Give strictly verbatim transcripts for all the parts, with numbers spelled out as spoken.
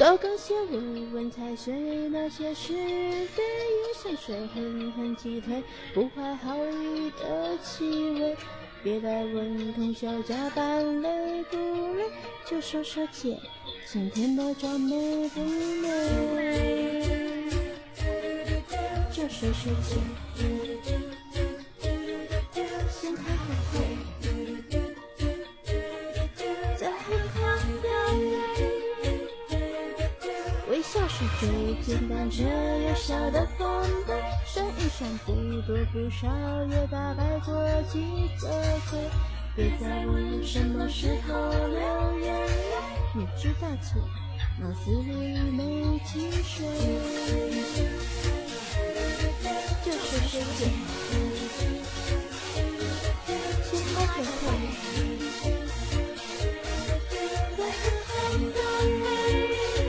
高跟鞋闻闻踩碎那些是非，与香水狠狠击退不怀好意的气味。别再问通宵加班累不累，就说说姐今天的妆美不美，就说说姐先开个会，再喝咖啡。微笑是最简单却有效的防备，算一算不多不少也大概过几个会。别再问什么时候流眼泪，你知道姐脑子里没积水，就说说姐先开个会，再喝喝咖啡。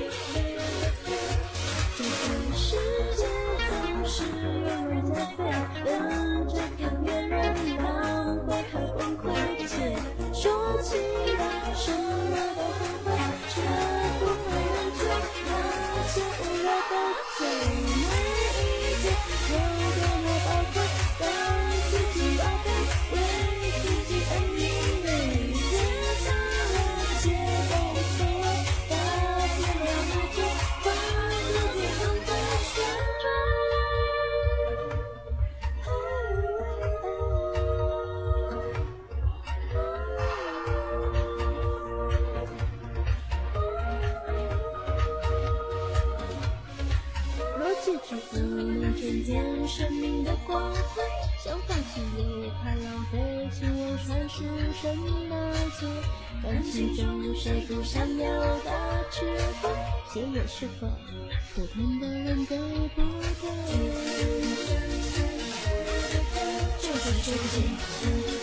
这个世界总是有人在飞，等着看别人狼狈和崩溃。姐说起来什么都很会，却不会认罪，那些无聊的嘴，每一天有多么宝贵，让自己宝贝，为自己而努力。别再了解都无所谓，大不了那就把自己放在旋转。逻辑只不能检验生命的光辉，想放弃又怕浪费，请问算是什么罪？感情中谁不想有大智慧，检验是否普通的人对不对？这个世界